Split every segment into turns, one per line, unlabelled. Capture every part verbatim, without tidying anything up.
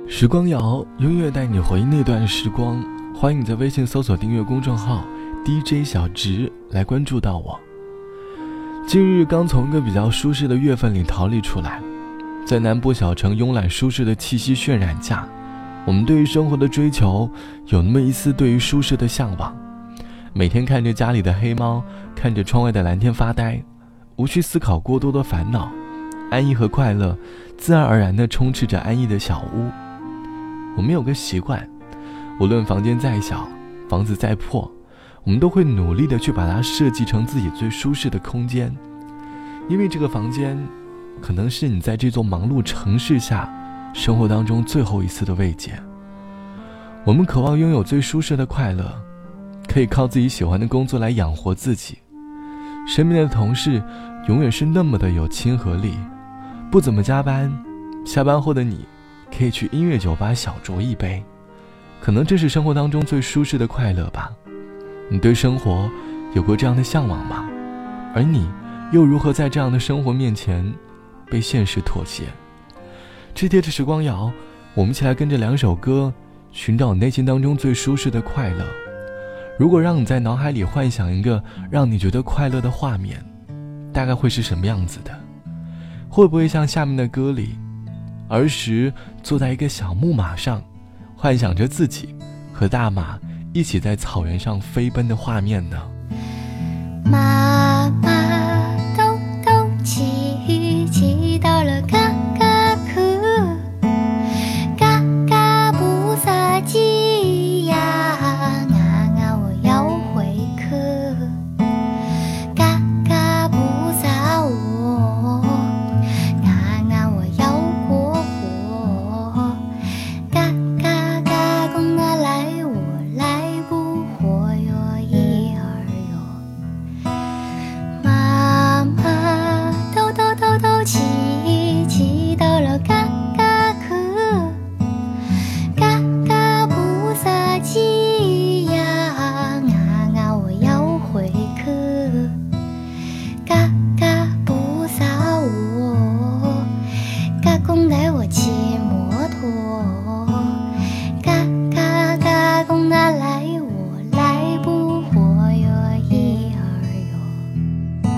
时光谣，音乐带你回忆那段时光。欢迎你在微信搜索订阅公众号 D J 小直来关注到我。近日刚从一个比较舒适的月份里逃离出来，在南部小城慵懒舒适的气息渲染下，我们对于生活的追求有那么一丝对于舒适的向往。每天看着家里的黑猫，看着窗外的蓝天发呆，无需思考过多的烦恼，安逸和快乐自然而然地充斥着安逸的小屋。我们有个习惯，无论房间再小，房子再破，我们都会努力地去把它设计成自己最舒适的空间。因为这个房间可能是你在这座忙碌城市下生活当中最后一丝的慰藉。我们渴望拥有最舒适的快乐，可以靠自己喜欢的工作来养活自己。身边的同事永远是那么的有亲和力，不怎么加班，下班后的你可以去音乐酒吧小酌一杯，可能这是生活当中最舒适的快乐吧。你对生活有过这样的向往吗？而你又如何在这样的生活面前被现实妥协？这贴着时光谣，我们一起来跟着两首歌寻找内心当中最舒适的快乐。如果让你在脑海里幻想一个让你觉得快乐的画面，大概会是什么样子的？会不会像下面的歌里，儿时坐在一个小木马上，幻想着自己和大马一起在草原上飞奔的画面呢？
妈妈豆豆骑，骑到了嘎嘎库，嘎嘎不撒鸡呀，啊啊我要回去，嘎嘎不撒我，啊啊我要过火，嘎嘎嘎公的来我来不活哟一儿哟。妈妈豆豆豆豆骑，骑到了嘎嘎库，嘎嘎不撒鸡呀，啊啊我要回去，嘎嘎不撒我，嘎公带我骑摩托，嘎嘎嘎公的来我来不活哟一儿哟。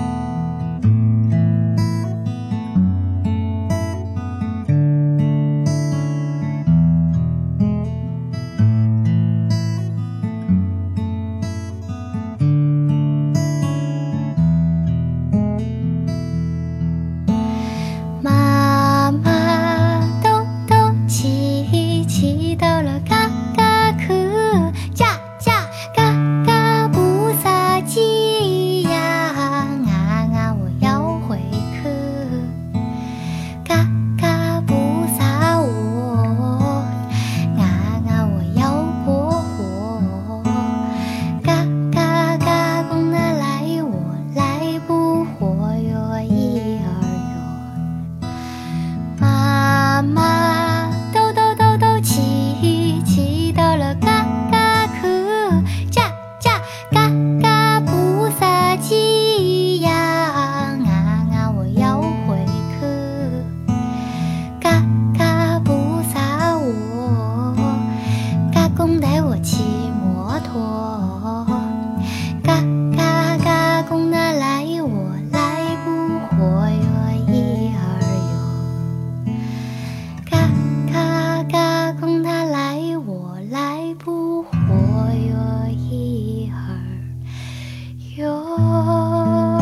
妈妈豆豆骑，骑到了嘎嘎库，驾驾嘎嘎不撒鸡呀，啊啊我要回去，嘎嘎不撒我，啊啊我要过火，嘎嘎嘎公的来我来不活哟一儿哟。妈妈豆豆豆豆骑，骑到了嘎嘎库，驾驾嘎嘎不撒鸡呀，啊啊我要回去，嘎嘎不撒我，嘎公带我骑摩托，嘎嘎嘎公的来我来不活哟一儿哟。嘎嘎嘎公他来我来不活哟一儿哟。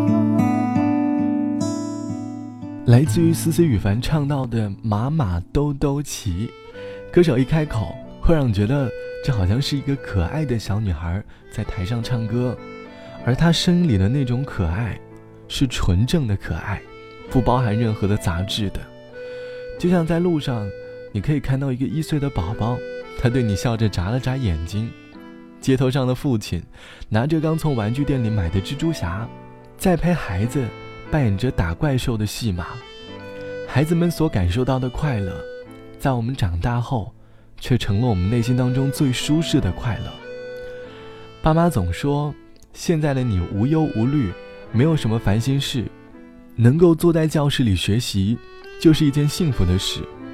来自于思思雨凡唱到的马马兜兜骑，歌手一开口会让你觉得这好像是一个可爱的小女孩在台上唱歌，而她声音里的那种可爱是纯正的可爱，不包含任何的杂质的。就像在路上你可以看到一个一岁的宝宝，他对你笑着眨了眨眼睛，街头上的父亲拿着刚从玩具店里买的蜘蛛侠，在陪孩子扮演着打怪兽的戏码。孩子们所感受到的快乐，在我们长大后却成了我们内心当中最舒适的快乐。爸妈总说，现在的你无忧无虑，没有什么烦心事，能够坐在教室里学习就是一件幸福的事。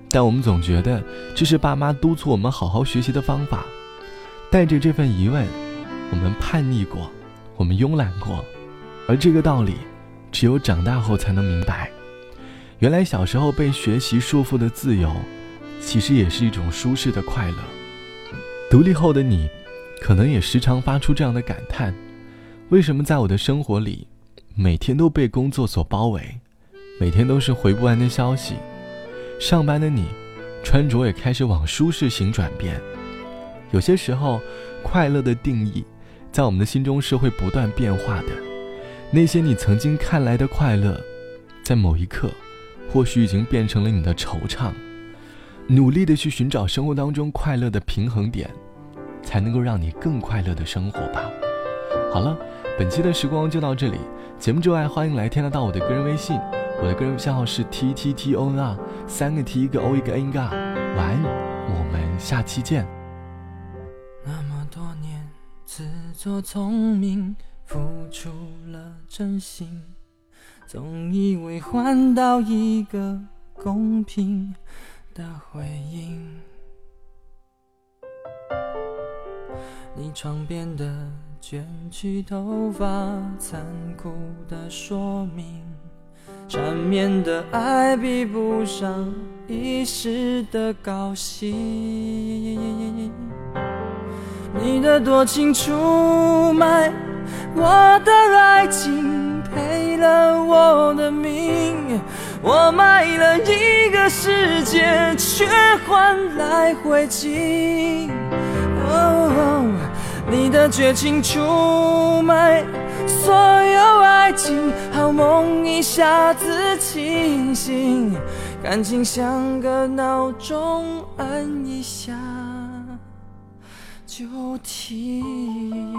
但我们总觉得这是爸妈督促我们好好学习的方法。带着这份疑问，我们叛逆过，我们慵懒过，而这个道理只有长大后才能明白。原来小时候被学习束缚的自由，其实也是一种舒适的快乐。独立后的你，可能也时常发出这样的感叹：为什么在我的生活里，每天都被工作所包围，每天都是回不完的消息？上班的你，穿着也开始往舒适型转变。有些时候，快乐的定义，在我们的心中是会不断变化的。那些你曾经看来的快乐，在某一刻，或许已经变成了你的惆怅。努力的去寻找生活当中快乐的平衡点，才能够让你更快乐的生活吧。好了，本期的时光就到这里。节目之外，欢迎来添加到我的个人微信，我的个人微信号是 T T T O N R， 三个 T 一个 O 一个 N 嘎。晚安，我们下期见。
那么多年自作聪明，付出了真心，总以为换到一个公平的回应。你床边的卷曲头发，残酷的说明，缠绵的爱比不上一时的高兴。你的多情出卖我的爱情，赔了我的命，我卖了一个世界，却换来灰烬。哦，你的绝情出卖所有爱情，好梦一下子清醒，感情像个闹钟，按一下就停。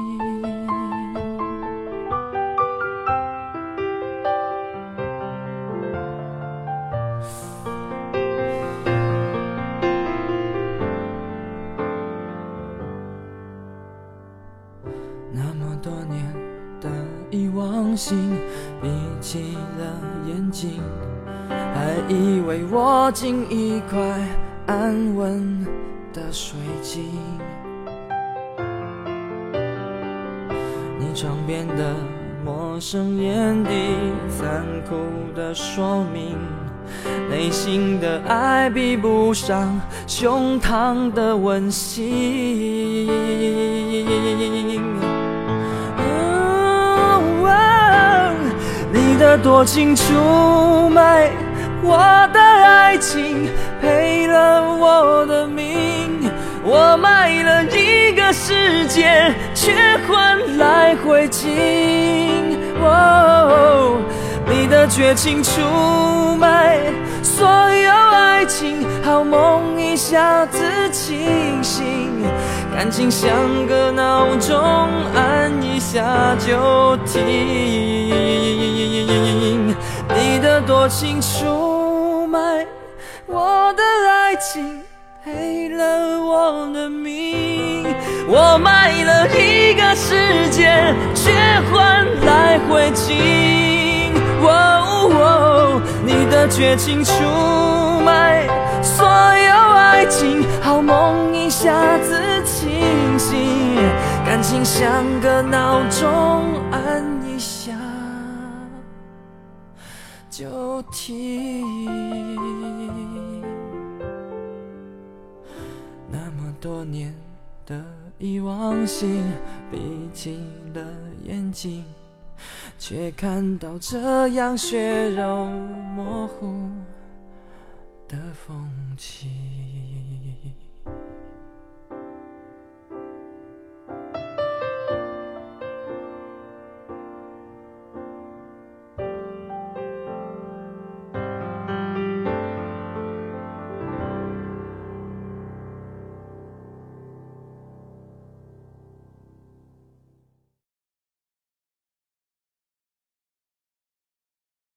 那么多年的遗忘性，闭起了眼睛，还以为握紧一块安稳的水晶。你床边的陌生眼底，残酷的说明，内心的爱比不上胸膛的温馨。哦哦，你的多情出卖我的爱情，赔了我的命，我卖了一个世界，却换来灰烬。哦，你的绝情出卖所有爱情，好梦一下子清醒，感情像个闹钟，按一下就停。你的多情出卖我的爱情，赔了我的命，我卖了一个世界，却换来灰烬。哦哦，你的绝情出卖所有爱情，好梦一下子清醒，感情像个闹钟，按一下就停。那么多年的遗忘性，闭起了眼睛，却看到这样血肉模糊的风景。